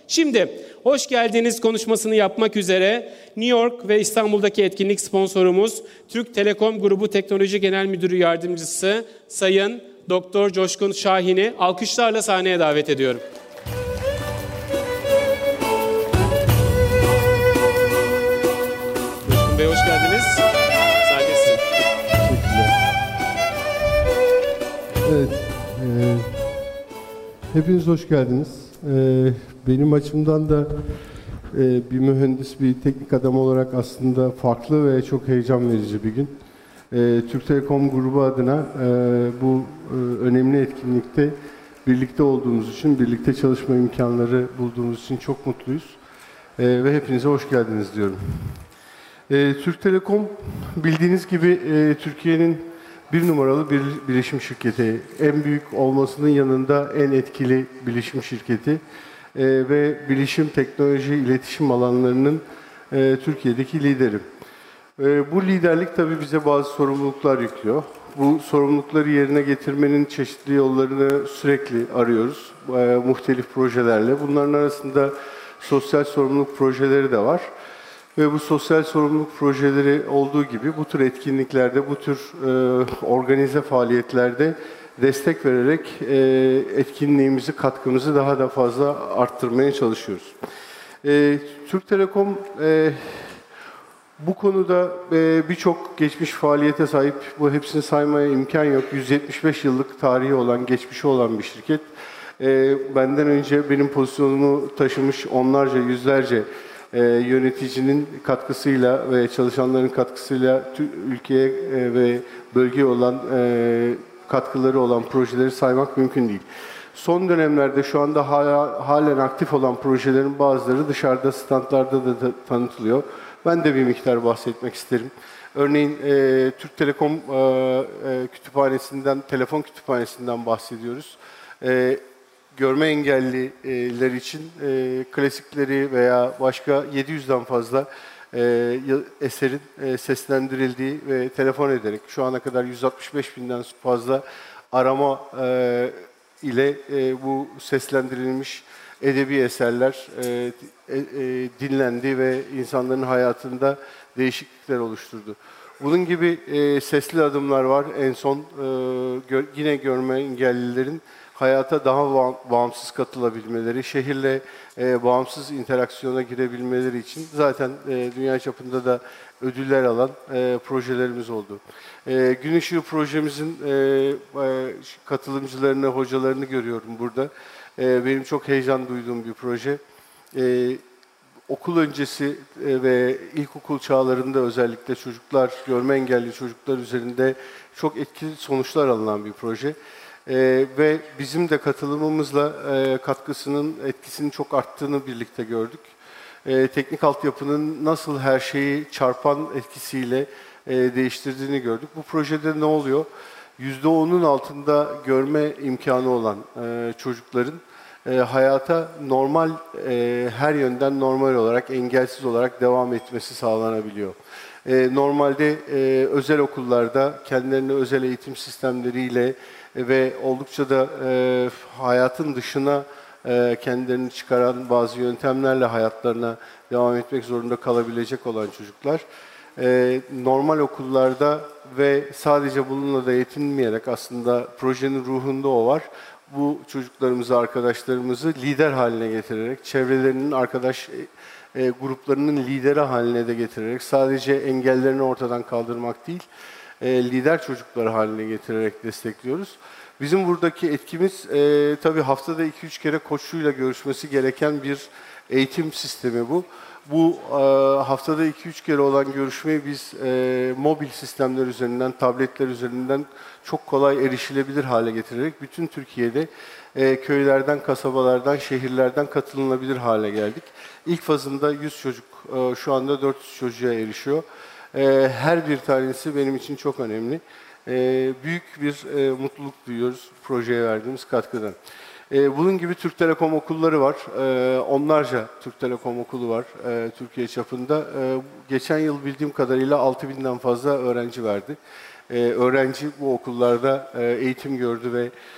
Şimdi hoş geldiniz konuşmasını yapmak üzere New York ve İstanbul'daki etkinlik sponsorumuz Türk Telekom Grubu Teknoloji Genel Müdürü Yardımcısı Sayın Doktor Coşkun Şahin'i alkışlarla sahneye davet ediyorum. Coşkun Bey hoş geldiniz. Sahne sizin. Teşekkürler. Evet, hepiniz hoş geldiniz. Benim açımdan da bir mühendis, bir teknik adam olarak aslında farklı ve çok heyecan verici bir gün. Türk Telekom Grubu adına bu önemli etkinlikte birlikte olduğumuz için, birlikte çalışma imkanları bulduğumuz için çok mutluyuz. Ve hepinize hoş geldiniz diyorum. Türk Telekom bildiğiniz gibi Türkiye'nin bir numaralı bir bilişim şirketi. En büyük olmasının yanında en etkili bilişim şirketi. Ve bilişim, teknoloji, iletişim alanlarının Türkiye'deki lideri. Bu liderlik tabii bize bazı sorumluluklar yüklüyor. Bu sorumlulukları yerine getirmenin çeşitli yollarını sürekli arıyoruz. Muhtelif projelerle. Bunların arasında sosyal sorumluluk projeleri de var. Ve bu sosyal sorumluluk projeleri olduğu gibi bu tür etkinliklerde, bu tür organize faaliyetlerde destek vererek etkinliğimizi, katkımızı daha da fazla arttırmaya çalışıyoruz. Türk Telekom bu konuda birçok geçmiş faaliyete sahip, bu hepsini saymaya imkan yok. 175 yıllık tarihi olan, geçmişi olan bir şirket. Benden önce benim pozisyonumu taşımış onlarca, yüzlerce yöneticinin katkısıyla ve çalışanların katkısıyla ülkeye ve bölgeye olan katkıları olan projeleri saymak mümkün değil. Son dönemlerde şu anda halen aktif olan projelerin bazıları dışarıda standlarda da tanıtılıyor. Ben de bir miktar bahsetmek isterim. Örneğin Türk Telekom kütüphanesinden, telefon kütüphanesinden bahsediyoruz. Görme engelliler için klasikleri veya başka 700'den fazla eserin seslendirildiği ve telefon ederek şu ana kadar 165 binden fazla arama ile bu seslendirilmiş edebi eserler dinlendi ve insanların hayatında değişiklikler oluşturdu. Bunun gibi sesli adımlar var. En son yine görme engellilerin hayata daha bağımsız katılabilmeleri, şehirle bağımsız interaksiyona girebilmeleri için zaten dünya çapında da ödüller alan projelerimiz oldu. Gün Işığı projemizin katılımcılarını, hocalarını görüyorum burada. Benim çok heyecan duyduğum bir proje. Okul öncesi ve ilkokul çağlarında özellikle çocuklar, görme engelli çocuklar üzerinde çok etkili sonuçlar alınan bir proje. Ve bizim de katılımımızla katkısının, etkisinin çok arttığını birlikte gördük. Teknik altyapının nasıl her şeyi çarpan etkisiyle değiştirdiğini gördük. Bu projede ne oluyor? %10'un altında görme imkanı olan çocukların hayata normal, her yönden normal olarak, engelsiz olarak devam etmesi sağlanabiliyor. Normalde özel okullarda kendilerini özel eğitim sistemleriyle ve oldukça da hayatın dışına kendilerini çıkaran bazı yöntemlerle hayatlarına devam etmek zorunda kalabilecek olan çocuklar normal okullarda ve sadece bununla da yetinmeyerek aslında projenin ruhunda o var. Bu çocuklarımızı, arkadaşlarımızı lider haline getirerek, çevrelerinin arkadaş gruplarının lideri haline de getirerek sadece engellerini ortadan kaldırmak değil, lider çocuklar haline getirerek destekliyoruz. Bizim buradaki etkimiz tabii haftada 2-3 kere koçuyla görüşmesi gereken bir eğitim sistemi bu. Bu haftada 2-3 kere olan görüşmeyi biz mobil sistemler üzerinden, tabletler üzerinden çok kolay erişilebilir hale getirerek bütün Türkiye'de köylerden, kasabalardan, şehirlerden katılınabilir hale geldik. İlk fazında 100 çocuk, şu anda 400 çocuğa erişiyor. Her bir tanesi benim için çok önemli. Büyük bir mutluluk duyuyoruz projeye verdiğimiz katkıdan. Bunun gibi Türk Telekom okulları var. Onlarca Türk Telekom okulu var Türkiye çapında. Geçen yıl bildiğim kadarıyla 6.000'den fazla öğrenci verdi. Öğrenci bu okullarda eğitim gördü ve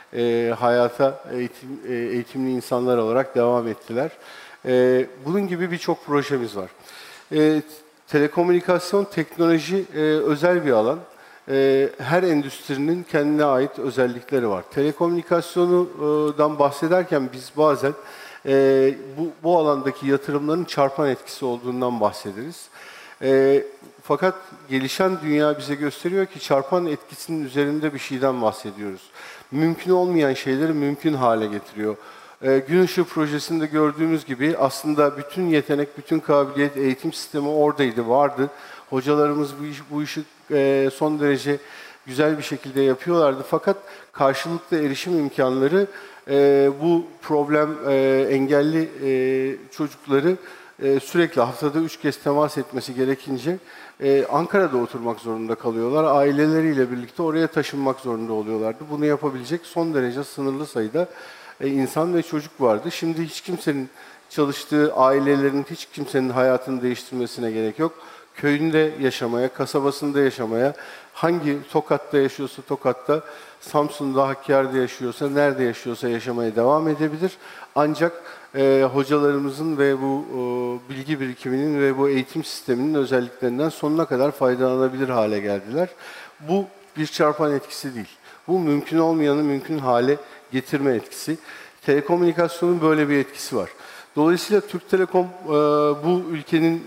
hayata eğitimli insanlar olarak devam ettiler. Bunun gibi birçok projemiz var. Telekomünikasyon, teknoloji özel bir alan. Her endüstrinin kendine ait özellikleri var. Telekomünikasyondan bahsederken biz bazen bu alandaki yatırımların çarpan etkisi olduğundan bahsederiz. Fakat gelişen dünya bize gösteriyor ki çarpan etkisinin üzerinde bir şeyden bahsediyoruz. Mümkün olmayan şeyleri mümkün hale getiriyor. Gün Işığı projesinde gördüğümüz gibi aslında bütün yetenek, bütün kabiliyet, eğitim sistemi oradaydı, vardı. Hocalarımız bu işi son derece güzel bir şekilde yapıyorlardı. Fakat karşılıklı erişim imkanları bu problem engelli çocukları sürekli haftada 3 kez temas etmesi gerekince Ankara'da oturmak zorunda kalıyorlar. Aileleriyle birlikte oraya taşınmak zorunda oluyorlardı. Bunu yapabilecek son derece sınırlı sayıda insan ve çocuk vardı. Şimdi hiç kimsenin çalıştığı ailelerin, hiç kimsenin hayatını değiştirmesine gerek yok. Köyünde yaşamaya, kasabasında yaşamaya, hangi Tokat'ta yaşıyorsa Tokat'ta, Samsun'da, Hakkari'de yaşıyorsa, nerede yaşıyorsa yaşamaya devam edebilir. Ancak hocalarımızın ve bu bilgi birikiminin ve bu eğitim sisteminin özelliklerinden sonuna kadar faydalanabilir hale geldiler. Bu bir çarpan etkisi değil. Bu mümkün olmayanı mümkün hale getirme etkisi. Telekomünikasyonun böyle bir etkisi var. Dolayısıyla Türk Telekom bu ülkenin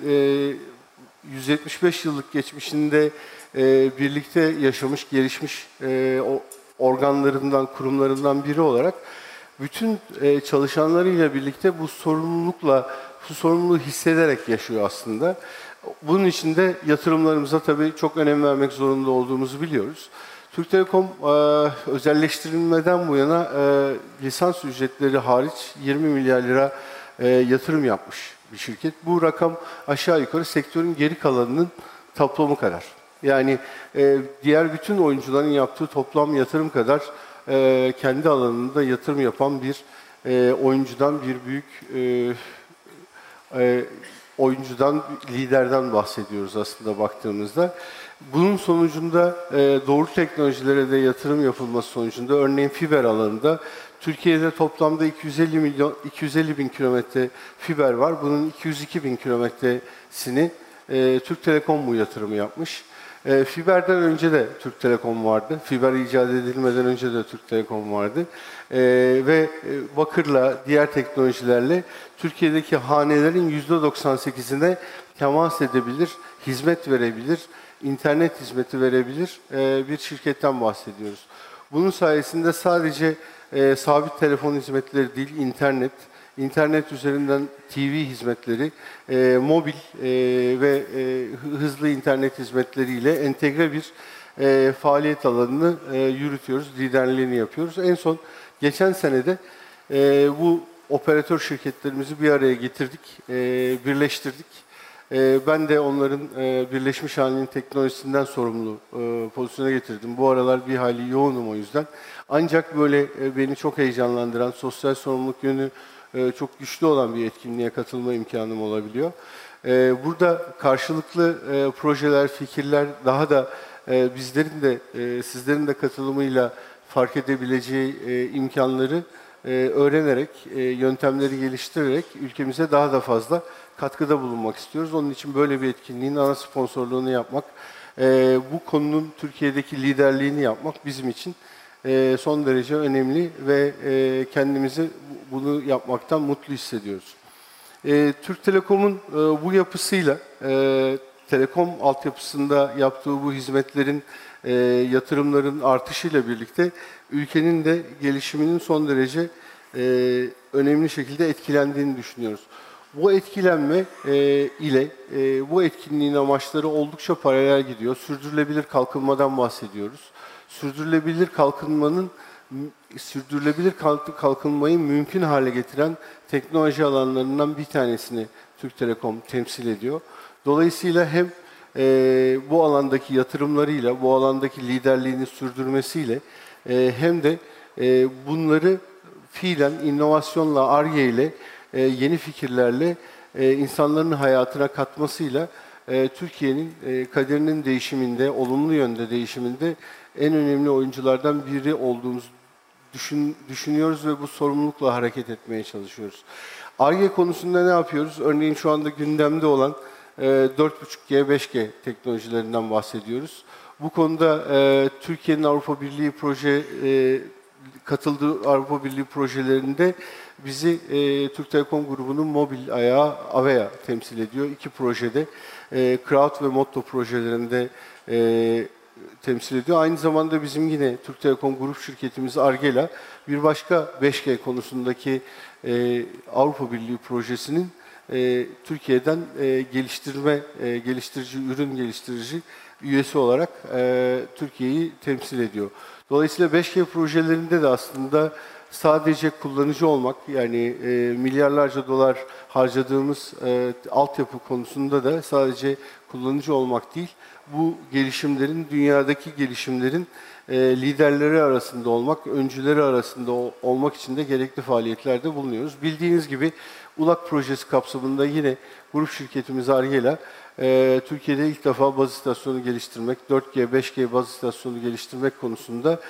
175 yıllık geçmişinde birlikte yaşamış, gelişmiş organlarından, kurumlarından biri olarak bütün çalışanlarıyla birlikte bu sorumluluğu hissederek yaşıyor aslında. Bunun için de yatırımlarımıza tabii çok önem vermek zorunda olduğumuzu biliyoruz. Türk Telekom özelleştirilmeden bu yana lisans ücretleri hariç 20 milyar lira yatırım yapmış bir şirket. Bu rakam aşağı yukarı sektörün geri kalanının toplamı kadar. Yani diğer bütün oyuncuların yaptığı toplam yatırım kadar kendi alanında yatırım yapan bir oyuncudan, bir büyük oyuncudan, liderden bahsediyoruz aslında baktığımızda. Bunun sonucunda doğru teknolojilere de yatırım yapılması sonucunda örneğin fiber alanında Türkiye'de toplamda 250 bin kilometre fiber var. Bunun 202 bin kilometresini Türk Telekom bu yatırımı yapmış. Fiberden önce de Türk Telekom vardı. Fiber icat edilmeden önce de Türk Telekom vardı. Ve bakırla, diğer teknolojilerle Türkiye'deki hanelerin %98'ine temas edebilir, hizmet verebilir, internet hizmeti verebilir bir şirketten bahsediyoruz. Bunun sayesinde sadece sabit telefon hizmetleri değil, internet üzerinden TV hizmetleri, mobil ve hızlı internet hizmetleriyle entegre bir faaliyet alanını yürütüyoruz, liderliğini yapıyoruz. En son geçen senede bu operatör şirketlerimizi bir araya getirdik, birleştirdik. Ben de onların birleşmiş halinin teknolojisinden sorumlu pozisyona getirdim. Bu aralar bir hayli yoğunum o yüzden. Ancak böyle beni çok heyecanlandıran, sosyal sorumluluk yönü çok güçlü olan bir etkinliğe katılma imkanım olabiliyor. Burada karşılıklı projeler, fikirler daha da bizlerin de sizlerin de katılımıyla fark edebileceği imkanları öğrenerek, yöntemleri geliştirerek ülkemize daha da fazla katkıda bulunmak istiyoruz. Onun için böyle bir etkinliğin ana sponsorluğunu yapmak, bu konunun Türkiye'deki liderliğini yapmak bizim için son derece önemli ve kendimizi bunu yapmaktan mutlu hissediyoruz. Türk Telekom'un bu yapısıyla, telekom altyapısında yaptığı bu hizmetlerin, yatırımların artışıyla birlikte ülkenin de gelişiminin son derece önemli şekilde etkilendiğini düşünüyoruz. Bu etkilenme ile bu etkinliğin amaçları oldukça paralel gidiyor. Sürdürülebilir kalkınmadan bahsediyoruz. Sürdürülebilir kalkınmayı mümkün hale getiren teknoloji alanlarından bir tanesini Türk Telekom temsil ediyor. Dolayısıyla hem bu alandaki yatırımlarıyla, bu alandaki liderliğini sürdürmesiyle hem de bunları fiilen inovasyonla, Ar-Ge ile, yeni fikirlerle insanların hayatına katmasıyla Türkiye'nin kaderinin değişiminde, olumlu yönde değişiminde en önemli oyunculardan biri olduğumuzu düşünüyoruz ve bu sorumlulukla hareket etmeye çalışıyoruz. Ar-Ge konusunda ne yapıyoruz? Örneğin şu anda gündemde olan 4.5G, 5G teknolojilerinden bahsediyoruz. Bu konuda Türkiye'nin Avrupa Birliği katıldığı Avrupa Birliği projelerinde bizi Türk Telekom Grubu'nun mobil ayağı Avea temsil ediyor. İki projede, Crowd ve Motto projelerinde temsil ediyor. Aynı zamanda bizim yine Türk Telekom Grup şirketimiz Ar-Ge'la bir başka 5G konusundaki Avrupa Birliği projesinin Türkiye'den ürün geliştirici üyesi olarak Türkiye'yi temsil ediyor. Dolayısıyla 5G projelerinde de aslında sadece kullanıcı olmak, yani milyarlarca dolar harcadığımız altyapı konusunda da sadece kullanıcı olmak değil, bu gelişimlerin, dünyadaki gelişimlerin liderleri arasında olmak, öncüleri arasında olmak için de gerekli faaliyetlerde bulunuyoruz. Bildiğiniz gibi ULAK projesi kapsamında yine grup şirketimiz Ar-Ge'la Türkiye'de ilk defa baz istasyonu geliştirmek, 4G, 5G baz istasyonu geliştirmek konusunda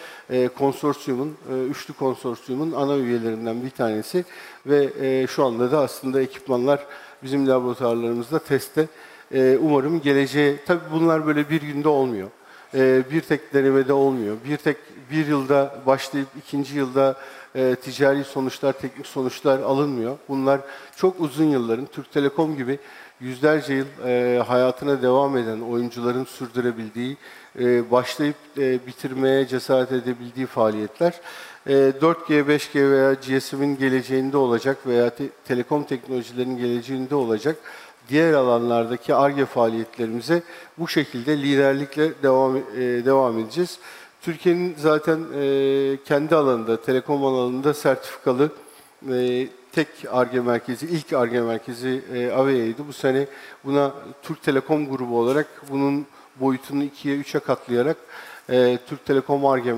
üçlü konsorsiyumun ana üyelerinden bir tanesi ve şu anda da aslında ekipmanlar bizim laboratuvarlarımızda testte. Umarım geleceğe, tabii bunlar böyle bir günde olmuyor. Bir tek denemede olmuyor. Bir yılda başlayıp ikinci yılda ticari sonuçlar, teknik sonuçlar alınmıyor. Bunlar çok uzun yılların, Türk Telekom gibi yüzlerce yıl hayatına devam eden oyuncuların sürdürebildiği, başlayıp bitirmeye cesaret edebildiği faaliyetler. 4G, 5G veya GSM'in geleceğinde olacak veya telekom teknolojilerinin geleceğinde olacak diğer alanlardaki Ar-Ge faaliyetlerimize bu şekilde liderlikle devam edeceğiz. Türkiye'nin zaten kendi alanında, telekom alanında sertifikalı tek Ar-Ge merkezi, ilk Ar-Ge merkezi Avea'ydı. Bu sene buna Türk Telekom Grubu olarak bunun boyutunu 2'ye 3'e katlayarak Türk Telekom Ar-Ge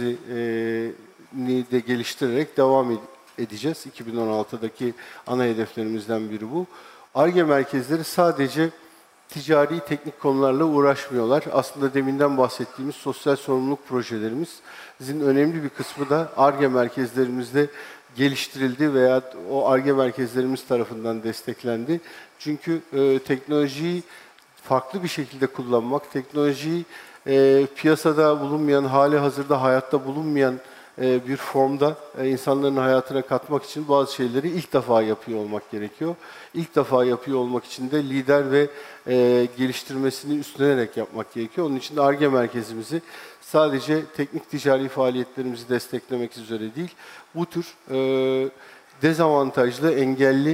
merkezini de geliştirerek devam edeceğiz. 2016'daki ana hedeflerimizden biri bu. Ar-Ge merkezleri sadece ticari teknik konularla uğraşmıyorlar. Aslında deminden bahsettiğimiz sosyal sorumluluk projelerimizin önemli bir kısmı da Ar-Ge merkezlerimizde geliştirildi veya o Ar-Ge merkezlerimiz tarafından desteklendi. Çünkü teknolojiyi farklı bir şekilde kullanmak, teknolojiyi piyasada bulunmayan, hali hazırda hayatta bulunmayan bir formda insanların hayatına katmak için bazı şeyleri ilk defa yapıyor olmak gerekiyor. İlk defa yapıyor olmak için de lider ve geliştirmesini üstlenerek yapmak gerekiyor. Onun için de Ar-Ge merkezimizi sadece teknik ticari faaliyetlerimizi desteklemek üzere değil, bu tür dezavantajlı, engelli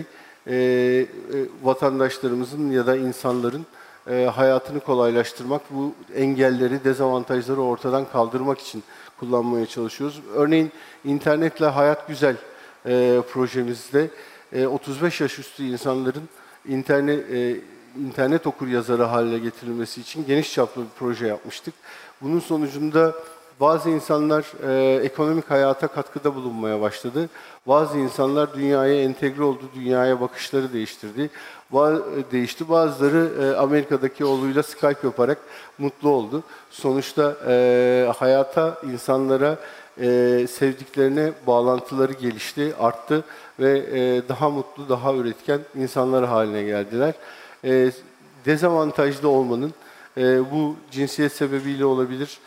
vatandaşlarımızın ya da insanların hayatını kolaylaştırmak, bu engelleri, dezavantajları ortadan kaldırmak için kullanmaya çalışıyoruz. Örneğin internetle hayat güzel projemizde 35 yaş üstü insanların internet okuryazarı haline getirilmesi için geniş çaplı bir proje yapmıştık. Bunun sonucunda bazı insanlar ekonomik hayata katkıda bulunmaya başladı. Bazı insanlar dünyaya entegre oldu, dünyaya bakışları değişti. Bazıları Amerika'daki oğluyla Skype yaparak mutlu oldu. Sonuçta hayata, insanlara, sevdiklerine bağlantıları gelişti, arttı ve daha mutlu, daha üretken insanlar haline geldiler. Dezavantajlı olmanın, bu cinsiyet sebebiyle olabilir,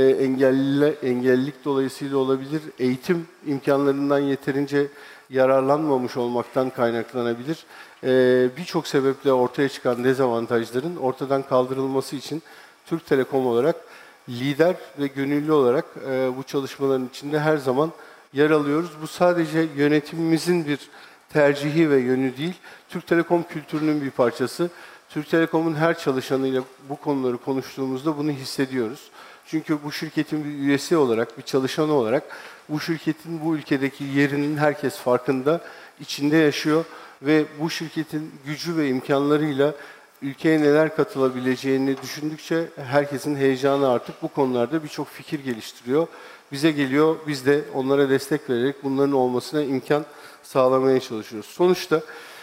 engellilik dolayısıyla olabilir, eğitim imkanlarından yeterince yararlanmamış olmaktan kaynaklanabilir. Birçok sebeple ortaya çıkan dezavantajların ortadan kaldırılması için Türk Telekom olarak lider ve gönüllü olarak bu çalışmaların içinde her zaman yer alıyoruz. Bu sadece yönetimimizin bir tercihi ve yönü değil, Türk Telekom kültürünün bir parçası. Türk Telekom'un her çalışanıyla bu konuları konuştuğumuzda bunu hissediyoruz. Çünkü bu şirketin bir üyesi olarak, bir çalışanı olarak bu şirketin bu ülkedeki yerinin herkes farkında, içinde yaşıyor ve bu şirketin gücü ve imkanlarıyla ülkeye neler katılabileceğini düşündükçe herkesin heyecanı artık bu konularda birçok fikir geliştiriyor. Bize geliyor, biz de onlara destek vererek bunların olmasına imkan sağlamaya çalışıyoruz. Sonuçta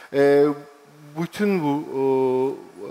bütün bu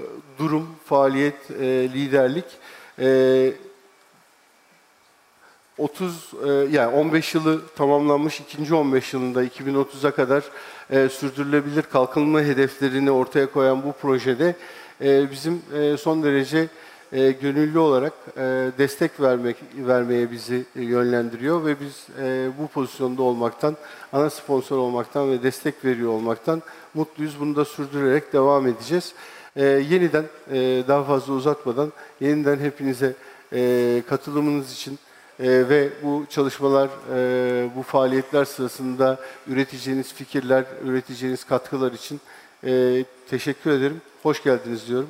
durum, faaliyet, liderlik yani 15 yılı tamamlanmış, ikinci 15 yılında 2030'a kadar sürdürülebilir kalkınma hedeflerini ortaya koyan bu projede bizim son derece gönüllü olarak destek vermeye bizi yönlendiriyor ve biz bu pozisyonda olmaktan, ana sponsor olmaktan ve destek veriyor olmaktan mutluyuz. Bunu da sürdürerek devam edeceğiz. Yeniden daha fazla uzatmadan yeniden hepinize katılımınız için ve bu çalışmalar, bu faaliyetler sırasında üreteceğiniz fikirler, üreteceğiniz katkılar için teşekkür ederim. Hoş geldiniz diyorum.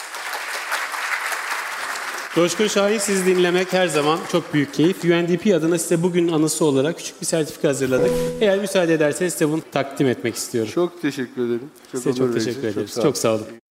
Coşkun Şahin, sizi dinlemek her zaman çok büyük keyif. UNDP adına size bugün anısı olarak küçük bir sertifika hazırladık. Eğer müsaade ederseniz size bunu takdim etmek istiyorum. Çok teşekkür ederim. Size çok teşekkür ederiz. Çok sağ olun.